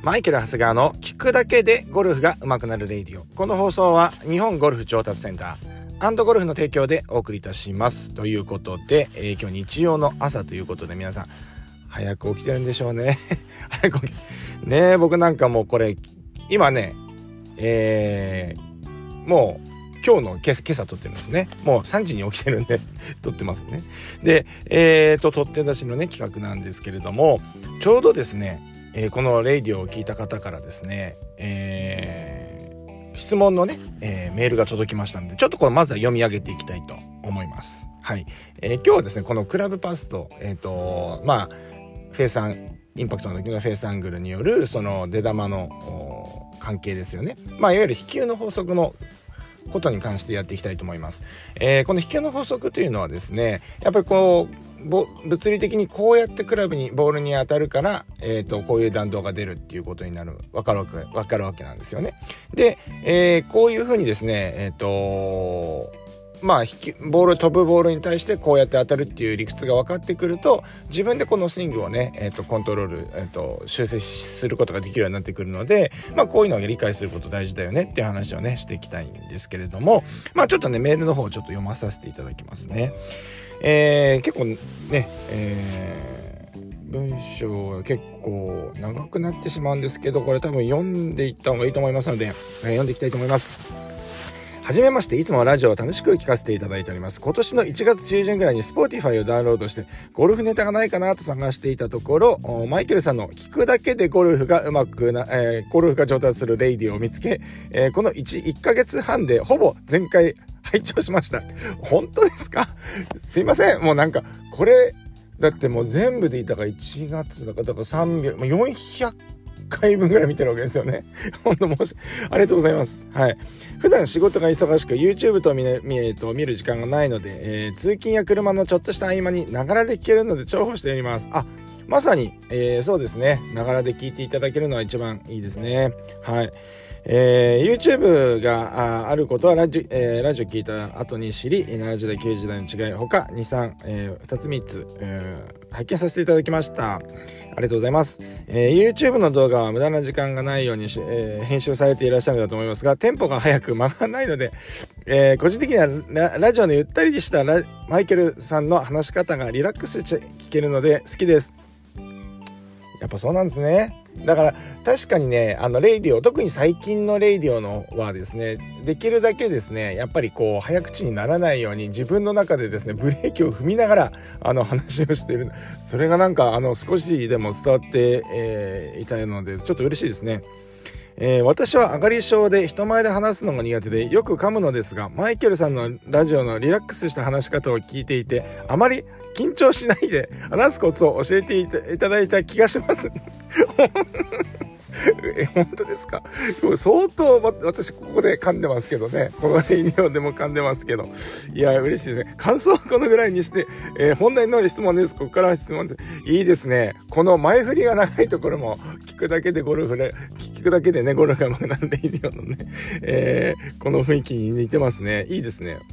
マイケル・長谷川の聞くだけでゴルフが上手くなるレイディオ。この放送は日本ゴルフ上達センターゴルフの提供でお送りいたしますということで、今日日曜の朝ということで、皆さん早く起きてるんでしょうね早く起きね。僕なんかもうこれ今ね、もう今日の今朝撮ってますね。もう3時に起きてるんで撮ってますね。で、取って出しのね企画なんですけれども、ちょうどですね、このレイディオを聞いた方からですね、質問のね、メールが届きましたので、ちょっとこれまずは読み上げていきたいと思います。はい。今日はですね、このクラブパスと、フェイスインパクトの時のフェイスアングルによるその出玉の関係ですよね。いわゆる飛球の法則のことに関してやっていきたいと思います。この飛球の法則というのはですね、やっぱりこう物理的にこうやってクラブにボールに当たるから、こういう弾道が出るっていうことになるわかるわけなんですよね。で、こういうふうにですね、ボール飛ぶボールに対してこうやって当たるっていう理屈が分かってくると、自分でこのスイングをね、コントロール、修正することができるようになってくるので、こういうのを理解すること大事だよねっていう話をねしていきたいんですけれども、ちょっとねメールの方をちょっと読まさせていただきますね。結構ね、文章は結構長くなってしまうんですけど、これ多分読んでいった方がいいと思いますので、読んでいきたいと思います。はじめまして、いつもラジオを楽しく聞かせていただいております。今年の1月中旬ぐらいに Spotify をダウンロードしてゴルフネタがないかなと探していたところ、マイケルさんの聞くだけでゴルフが上達するレイディを見つけ、この 1ヶ月半でほぼ全回拝聴しました。本当ですか？すいません。もうなんかこれだってもう全部でいたから1月だから400回分ぐらい見てるわけですよね。本当ありがとうございます。はい。普段仕事が忙しく YouTube と見る時間がないので、通勤や車のちょっとした合間にながらで聞けるので重宝しております。まさに、そうですね。ながらで聞いていただけるのは一番いいですね。はい。YouTube があることはラジオ聞いた後に知り、7時代9時代の違い他2つ3つ、拝見させていただきました。ありがとうございます。YouTube の動画は無駄な時間がないように編集されていらっしゃるのだと思いますが、テンポが速く間がないので、個人的にはラジオのゆったりしたマイケルさんの話し方がリラックスして聞けるので好きです。やっぱそうなんですね。だから確かにね、レイディオ、特に最近のレイディオのはですね、できるだけですね、やっぱりこう早口にならないように自分の中でですねブレーキを踏みながら話をしている。それがなんか少しでも伝わって、いたのでちょっと嬉しいですね。私は上がり症で人前で話すのが苦手でよく噛むのですが、マイケルさんのラジオのリラックスした話し方を聞いていて、あまり緊張しないで話すコツを教えていただいた気がします本当ですか？相当私ここで噛んでますけどね。このレイディオでも噛んでますけど、いや嬉しいですね。感想はこのぐらいにして、本題の質問です。ここからは質問です。いいですね。この前振りが長いところも聞くだけでねゴルフが上手くなるレイディオのね、この雰囲気に似てますね。いいですね。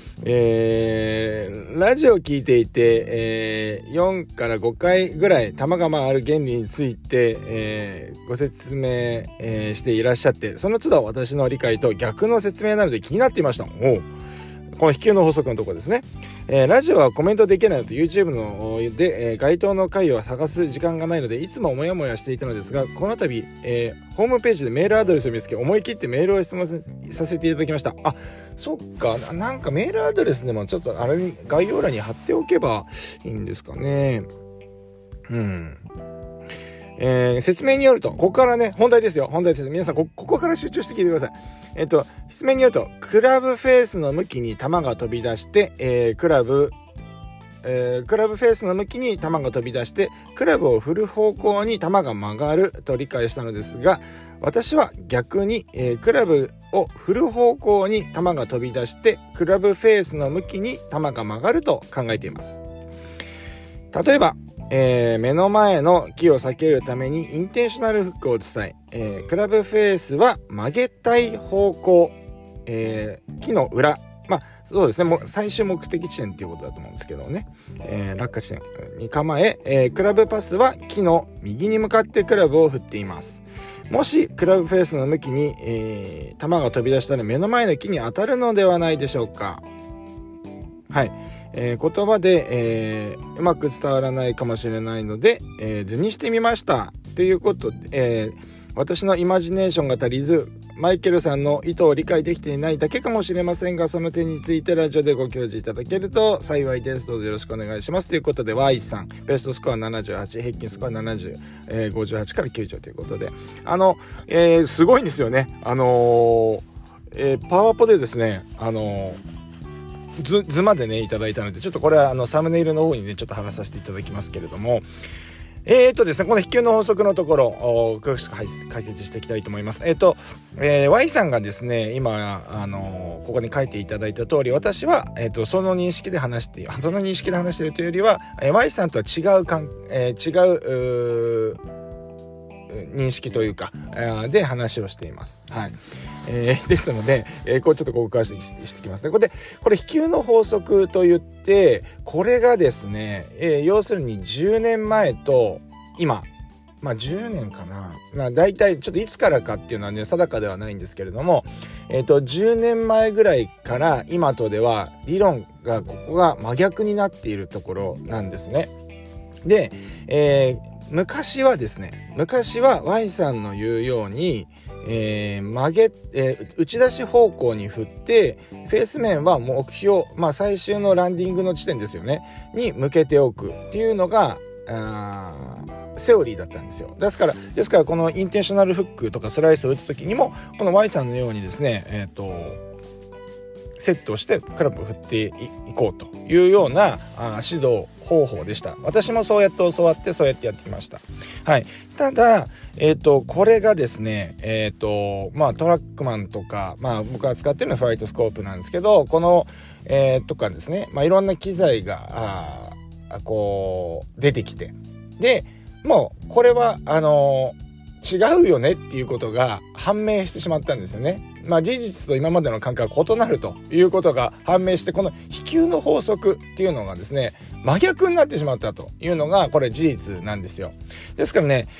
ラジオを聞いていて、4から5回ぐらい球が回る原理について、ご説明、していらっしゃって、その都度私の理解と逆の説明なので気になっていました。この飛球の法則のところですね。ラジオはコメントできないのと YouTube ので、該当の回を探す時間がないのでいつもモヤモヤしていたのですが、この度、ホームページでメールアドレスを見つけ思い切ってメールを質問させていただきました。そっか、なんかメールアドレスでもちょっとあれに概要欄に貼っておけばいいんですかね。説明によると、ここからね、本題ですよ。皆さん、ここから集中して聞いてください。説明によると、クラブフェースの向きに球が飛び出して、クラブフェースの向きに球が飛び出して、クラブを振る方向に球が曲がると理解したのですが、私は逆に、クラブを振る方向に球が飛び出して、クラブフェースの向きに球が曲がると考えています。例えば、目の前の木を避けるためにインテンショナルフックを伝え、クラブフェースは曲げたい方向、木の裏、 そうですね、もう最終目的地点っていうことだと思うんですけどね、落下地点に構え、クラブパスは木の右に向かってクラブを振っています。もしクラブフェースの向きに、球が飛び出したら目の前の木に当たるのではないでしょうか。はい、言葉で、うまく伝わらないかもしれないので、図にしてみましたということで、私のイマジネーションが足りずマイケルさんの意図を理解できていないだけかもしれませんが、その点についてラジオでご教示いただけると幸いです。どうぞよろしくお願いしますということで、 Y さんベストスコア78、平均スコア70、58から90ということで、すごいんですよね。パワーポでですね、図までねいただいたので、ちょっとこれはサムネイルの方にねちょっと貼らさせていただきますけれども、ですね、この飛球の法則のところ詳しく解説していきたいと思います。Y さんがですね今ここに書いていただいた通り、私は、その認識で話しているというよりは、Y さんとは違う認識というかで話をしています。はい。ですので、こうちょっとここからしていきますね。これ飛球の法則といって、これがですね、要するに10年前と今、10年かな、だいたいちょっといつからかっていうのはね定かではないんですけれども、10年前ぐらいから今とでは理論がここが真逆になっているところなんですね。で、昔は Y さんの言うように、打ち出し方向に振ってフェース面は目標、最終のランディングの地点ですよねに向けておくっていうのがセオリーだったんですよ。ですからこのインテンショナルフックとかスライスを打つ時にもこの Y さんのようにですね、セットをしてクラブを振っていこうというような指導方法でした。私もそうやって教わってそうやってやってきました。はい。ただ、これがですね、トラックマンとか、僕が使ってるのはフライトスコープなんですけど、この、とかですね、いろんな機材がこう出てきて、でもうこれは違うよねっていうことが判明してしまったんですよね。事実と今までの感覚が異なるということが判明して、この飛球の法則っていうのがですね真逆になってしまったというのがこれ事実なんですよ。ですからね、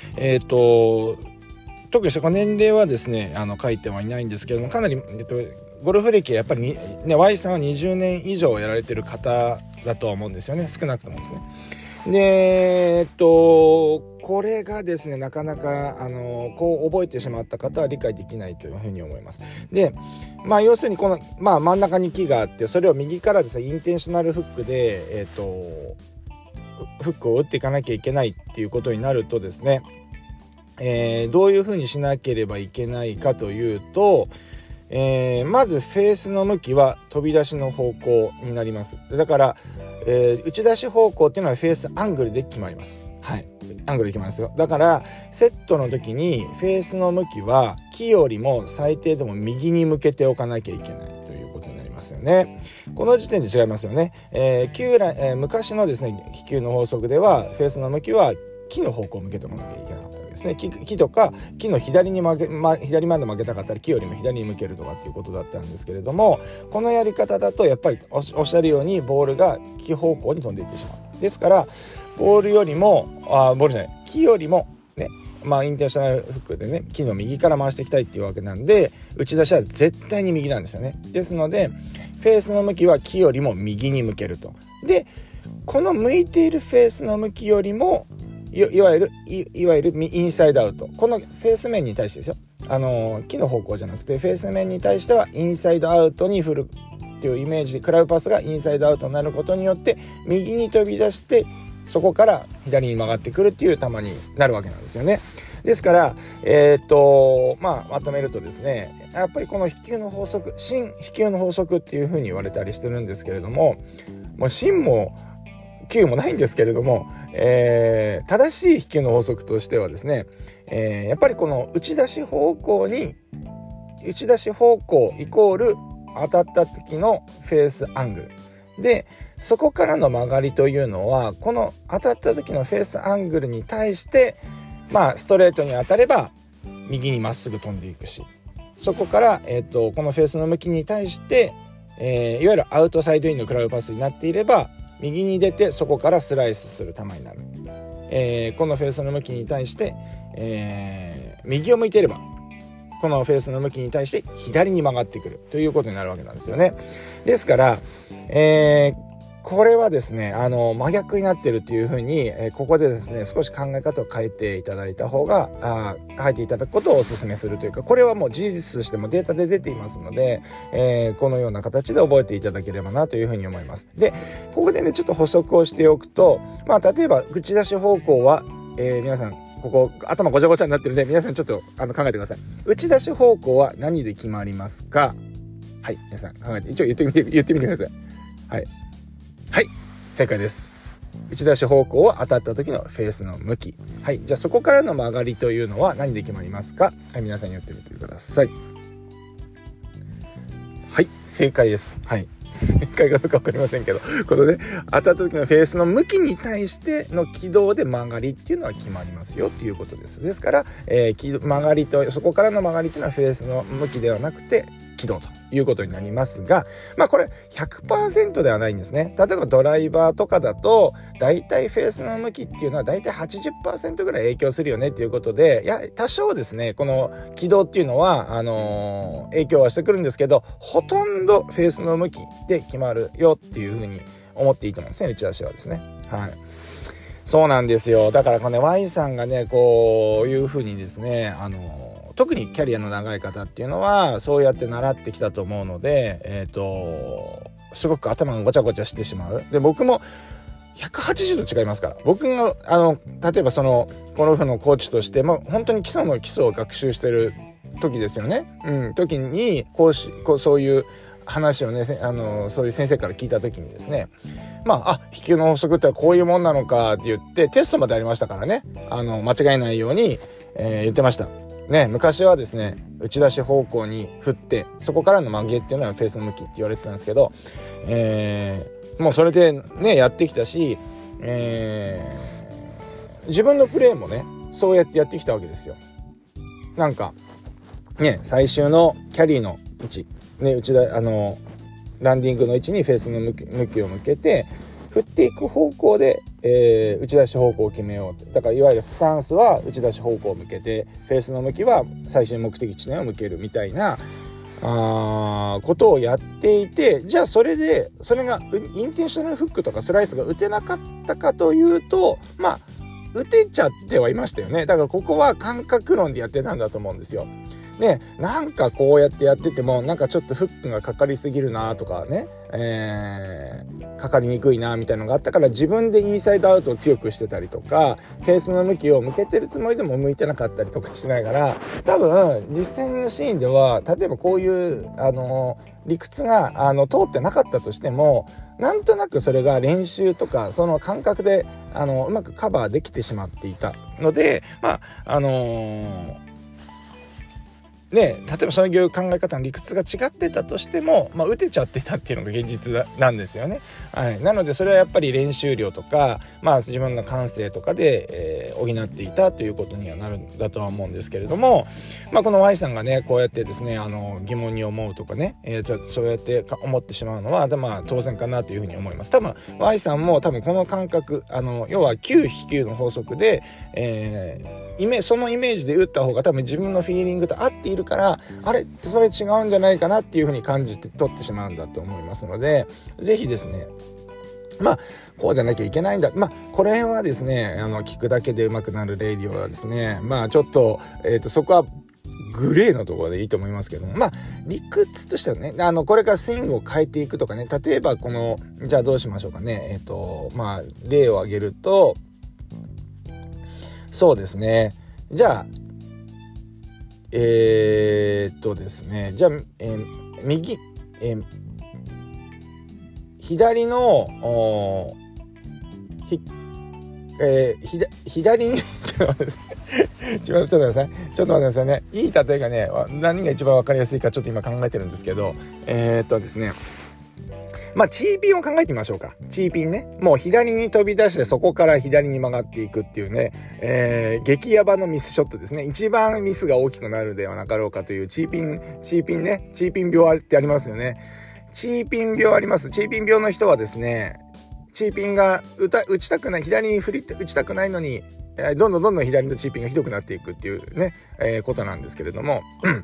特にしてこの年齢はですね書いてはいないんですけども、かなり、ゴルフ歴はやっぱりY さんは20年以上やられてる方だとは思うんですよね、少なくともですね。でこれがですねなかなかこう覚えてしまった方は理解できないというふうに思います。で要するにこの、真ん中に木があって、それを右からですねインテンショナルフックでフックを打っていかなきゃいけないっていうことになるとですね、どういうふうにしなければいけないかというと、まずフェースの向きは飛び出しの方向になります。だから、打ち出し方向っていうのはフェースアングルで決まります。はい、アングルで決まるんですよ。だからセットの時にフェースの向きは木よりも最低でも右に向けておかなきゃいけないということになりますよね。この時点で違いますよね。昔のですね飛球の法則ではフェースの向きは木の方向を向けておかなきゃいけなかったわけですね。木とか木の左に左まで曲げたかったら木よりも左に向けるとかっていうことだったんですけれども、このやり方だとやっぱりおっしゃるようにボールが木方向に飛んでいってしまう。ですからボールよりも木よりもね、インテンショナルフックでね木の右から回していきたいっていうわけなんで、打ち出しは絶対に右なんですよね。ですのでフェースの向きは木よりも右に向けると。でこの向いているフェースの向きよりもいわゆるインサイドアウト、このフェース面に対してですよ、木の方向じゃなくてフェース面に対してはインサイドアウトに振るっていうイメージで、クラブパスがインサイドアウトになることによって右に飛び出してそこから左に曲がってくるっていう球になるわけなんですよね。ですからまとめるとですね、やっぱりこの飛球の法則、新飛球の法則っていう風に言われたりしてるんですけれども、もう新も球もないんですけれども、正しい飛球の法則としてはですね、やっぱりこの打ち出し方向イコール当たった時のフェースアングルで、そこからの曲がりというのはこの当たった時のフェースアングルに対してストレートに当たれば右にまっすぐ飛んでいくし、そこから、このフェースの向きに対していわゆるアウトサイドインのクラブパスになっていれば右に出てそこからスライスする球になる。このフェースの向きに対して、右を向いていればこのフェースの向きに対して左に曲がってくるということになるわけなんですよね。ですから、これはですね真逆になってるっていうふうに、ここでですね少し考え方を変えていただいた方が変えていただくことをお勧めするというか、これはもう事実としてもデータで出ていますので、このような形で覚えていただければなというふうに思います。でここでねちょっと補足をしておくと、例えば打ち出し方向は、皆さんここ頭ごちゃごちゃになってるんで皆さんちょっと考えてください。打ち出し方向は何で決まりますか？はい、皆さん考えて一応言ってみてください。はい、正解です。打ち出し方向は当たった時のフェースの向き。はい、じゃあそこからの曲がりというのは何で決まりますか？はい、皆さん言ってみてください。はい、正解です。はい、正解かどうか分かりませんけど、このね当たった時のフェースの向きに対しての軌道で曲がりっていうのは決まりますよっていうことです。ですから、曲がりとそこからの曲がりっていうのはフェースの向きではなくて軌道ということになりますが、これ 100% ではないんですね。例えばドライバーとかだとだいたいフェースの向きっていうのはだいたい 80% ぐらい影響するよねっていうことで、いや多少ですねこの軌道っていうのは影響はしてくるんですけど、ほとんどフェースの向きで決まるよっていうふうに思っていいと思うんですね、打ち出しはですね。はい、そうなんですよ。だからこの Y さんがねこういうふうにですね特にキャリアの長い方っていうのはそうやって習ってきたと思うので、すごく頭がごちゃごちゃしてしまう。で僕も180度違いますから、僕が例えばゴルフのコーチとしても本当に基礎の基礎を学習してる時ですよね。時にそういう話をねそういう先生から聞いた時にですね、飛球の法則ってこういうもんなのかって言ってテストまでありましたからね、間違えないように、言ってましたね。昔はですね打ち出し方向に振ってそこからの曲げっていうのはフェースの向きって言われてたんですけど、もうそれでねやってきたし、自分のプレーもねそうやってやってきたわけですよ。なんかね最終のキャリーの位置ねランディングの位置にフェースの向きを向けて振っていく方向で、打ち出し方向を決めよう。だからいわゆるスタンスは打ち出し方向を向けてフェースの向きは最終目的地点を向けるみたいなことをやっていて、じゃあそれがインテンショナルフックとかスライスが打てなかったかというと打てちゃってはいましたよね。だからここは感覚論でやってたんだと思うんですよ。ね、なんかこうやってやっててもなんかちょっとフックがかかりすぎるなとかね、かかりにくいなみたいなのがあったから自分でインサイドアウトを強くしてたりとかフェースの向きを向けてるつもりでも向いてなかったりとかしながら、多分実際のシーンでは例えばこういう理屈が通ってなかったとしてもなんとなくそれが練習とかその感覚でうまくカバーできてしまっていたので例えばそういう考え方の理屈が違ってたとしても、打てちゃってたっていうのが現実なんですよね。はい、なのでそれはやっぱり練習量とか、自分の感性とかで、補っていたということにはなるんだとは思うんですけれども、この Y さんがねこうやってですね疑問に思うとかね、そうやって思ってしまうのは当然かなというふうに思います。多分 Y さんもこの感覚要は9-9の法則で、そのイメージで打った方が多分自分のフィーリングと合っているからそれ違うんじゃないかなっていう風に感じて取ってしまうんだと思いますので、ぜひですねこうじゃなきゃいけないんだ。これはですね聞くだけで上手くなるレイディオはですねちょっと、そこはグレーのところでいいと思いますけども、理屈としてはねこれからスイングを変えていくとかね、例えばじゃあどうしましょうかね、例を挙げるとそうですね、じゃあですねじゃあ、左の左にちょっと待ってくださいね。いい例えがね何が一番分かりやすいかちょっと今考えてるんですけどですねチーピンを考えてみましょうか。チーピンね、もう左に飛び出してそこから左に曲がっていくっていうね、激ヤバのミスショットですね。一番ミスが大きくなるではなかろうかというチーピン病ってありますよね。 チーピン病あります。チーピン病の人はですね、チーピンが打ちたくない、左に打ちたくないのに、どんどん左のチーピンがひどくなっていくっていうね、ことなんですけれども、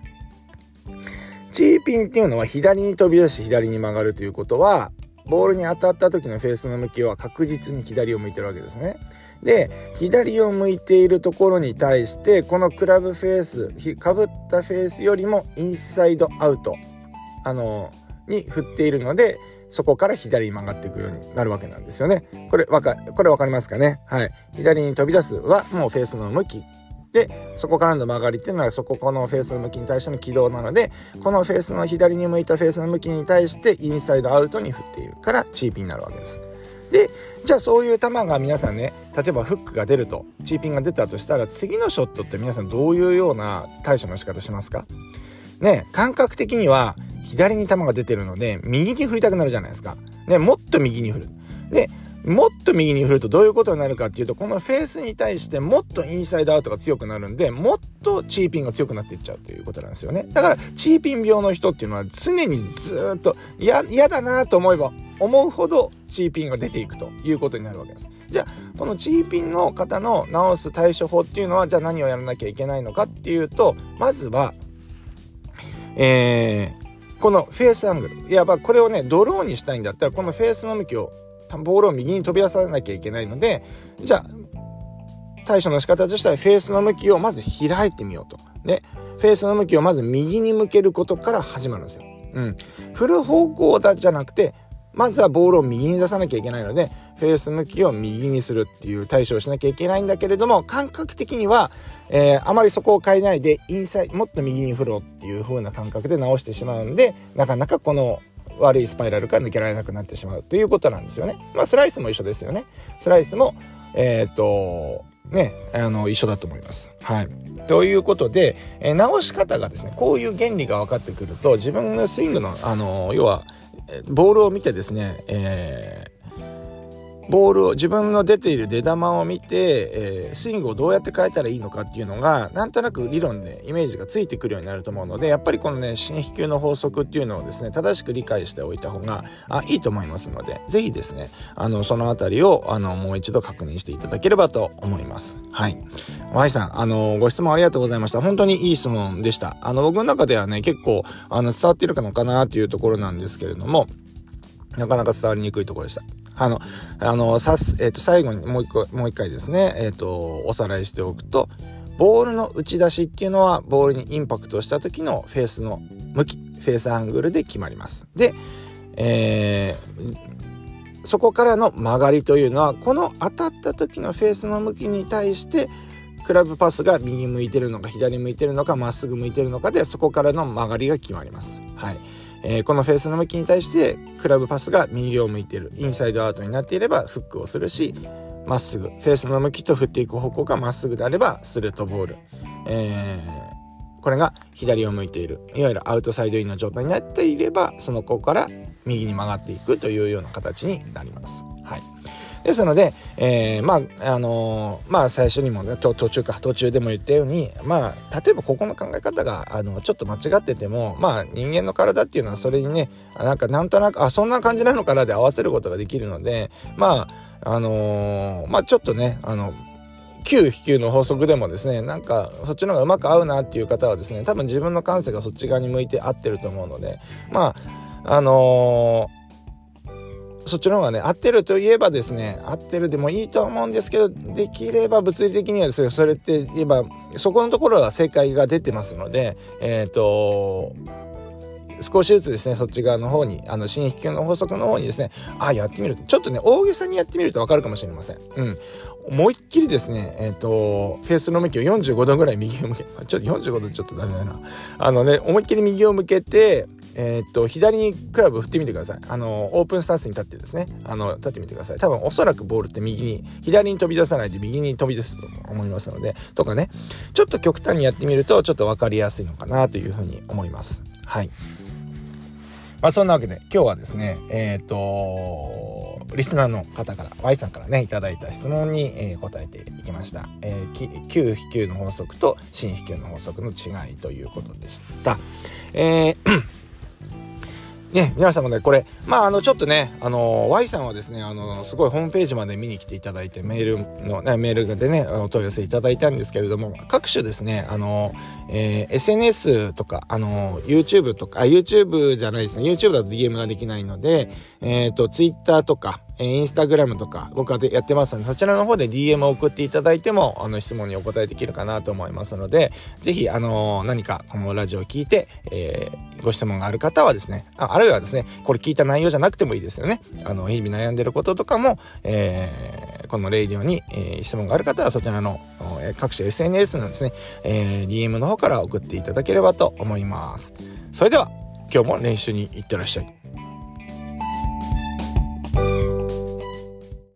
チーピンっていうのは左に飛び出し左に曲がるということは、ボールに当たった時のフェースの向きは確実に左を向いてるわけですね。で、左を向いているところに対して、このクラブフェース、かぶったフェースよりもインサイドアウトに振っているので、そこから左に曲がっていくようになるわけなんですよね。これわかりますかね。はい。左に飛び出すはもうフェースの向きで、そこからの曲がりっていうのはこのフェースの向きに対しての軌道なので、このフェースの左に向いたフェースの向きに対してインサイドアウトに振っているからチーピンになるわけです。で、じゃあそういう球が皆さんね、例えばフックが出ると、チーピンが出たとしたら、次のショットって皆さんどういうような対処の仕方しますかね。感覚的には左に球が出てるので右に振りたくなるじゃないですかね。もっと右に振る。で、もっと右に振るとどういうことになるかっていうと、このフェースに対してもっとインサイドアウトが強くなるんで、もっとチーピンが強くなっていっちゃうということなんですよね。だからチーピン病の人っていうのは常にずっと嫌だなと思えば思うほどチーピンが出ていくということになるわけです。じゃあこのチーピンの方の治す対処法っていうのは、じゃあ何をやらなきゃいけないのかっていうと、まずはこのフェースアングル、これをねドローにしたいんだったら、このフェースの向きをボールを右に飛び出さなきゃいけないので、じゃあ対処の仕方としてはフェースの向きをまず開いてみようと。で、フェースの向きをまず右に向けることから始まるんですよ。振る方向じゃなくて、まずはボールを右に出さなきゃいけないので、フェース向きを右にするっていう対処をしなきゃいけないんだけれども、感覚的には、あまりそこを変えないでもっと右に振ろうっていう風な感覚で直してしまうんで、なかなかこの悪いスパイラルから抜けられなくなってしまうということなんですよね。スライスも一緒ですよね。スライスも一緒だと思います。はい。ということで、直し方がですね、こういう原理が分かってくると、自分のスイングの要はボールを見てですね、ボールを自分の出ている出球を見て、スイングをどうやって変えたらいいのかっていうのがなんとなく理論でイメージがついてくるようになると思うので、やっぱりこのね新飛球の法則っていうのをですね正しく理解しておいた方がいいと思いますので、ぜひですねそのあたりをもう一度確認していただければと思います。はい。Yさんご質問ありがとうございました。本当にいい質問でした。僕の中ではね結構伝わっているのかなっていうところなんですけれども、なかなか伝わりにくいところでした。最後にもう一回ですね、おさらいしておくと、ボールの打ち出しっていうのはボールにインパクトした時のフェースの向き、フェースアングルで決まります。で、そこからの曲がりというのは、この当たった時のフェースの向きに対してクラブパスが右向いてるのか左向いてるのかまっすぐ向いてるのかで、そこからの曲がりが決まります。はい。このフェースの向きに対してクラブパスが右を向いている、インサイドアウトになっていればフックをするし、まっすぐフェースの向きと振っていく方向がまっすぐであればストレートボール、これが左を向いている、いわゆるアウトサイドインの状態になっていれば、その子から右に曲がっていくというような形になります。はい。ですので、最初にも、ね、途中でも言ったように、例えばここの考え方がちょっと間違ってても、人間の体っていうのはそれにね、なんとなくそんな感じなのかなで合わせることができるので、ちょっとね9飛球の法則でもですね、そっちの方がうまく合うなっていう方はですね、多分自分の感性がそっち側に向いて合ってると思うので、そっちの方がね合ってるといえばですね、合ってるでもいいと思うんですけど、できれば物理的にはですね、それって言えばそこのところは正解が出てますので、少しずつですねそっち側の方に新飛球の法則の方にですねやってみると、ちょっとね大げさにやってみると分かるかもしれません。思いっきりですねフェースの向きを45度ぐらい右を向け、ちょっと45度ちょっとダメだな、思いっきり右を向けて左にクラブ振ってみてください。オープンスタンスに立ってですね立ってみてください。多分おそらくボールって左に飛び出さないで右に飛び出すと思いますので、とかね、ちょっと極端にやってみるとちょっと分かりやすいのかなというふうに思います。はい。そんなわけで今日はですねリスナーの方から Y さんからねいただいた質問に、答えていきました。9飛球の法則と新飛球の法則の違いということでした。 ね、皆様ね、これ、ちょっとね、Y さんはですね、すごいホームページまで見に来ていただいて、メールでね、お問い合わせいただいたんですけれども、各種ですね、SNS とか、YouTube とか、YouTube じゃないですね、YouTube だと DM ができないので、Twitter とか、Instagram とか、僕はやってますので、そちらの方で DM を送っていただいても、質問にお答えできるかなと思いますので、ぜひ、何かこのラジオを聞いて、ご質問がある方はですね、あるいはですね、これ聞いた内容じゃなくてもいいですよね。日々悩んでることとかも、このレイディオに、質問がある方はそちらの、各種 SNS のですね、DM の方から送っていただければと思います。それでは、今日も練習に行ってらっしゃい。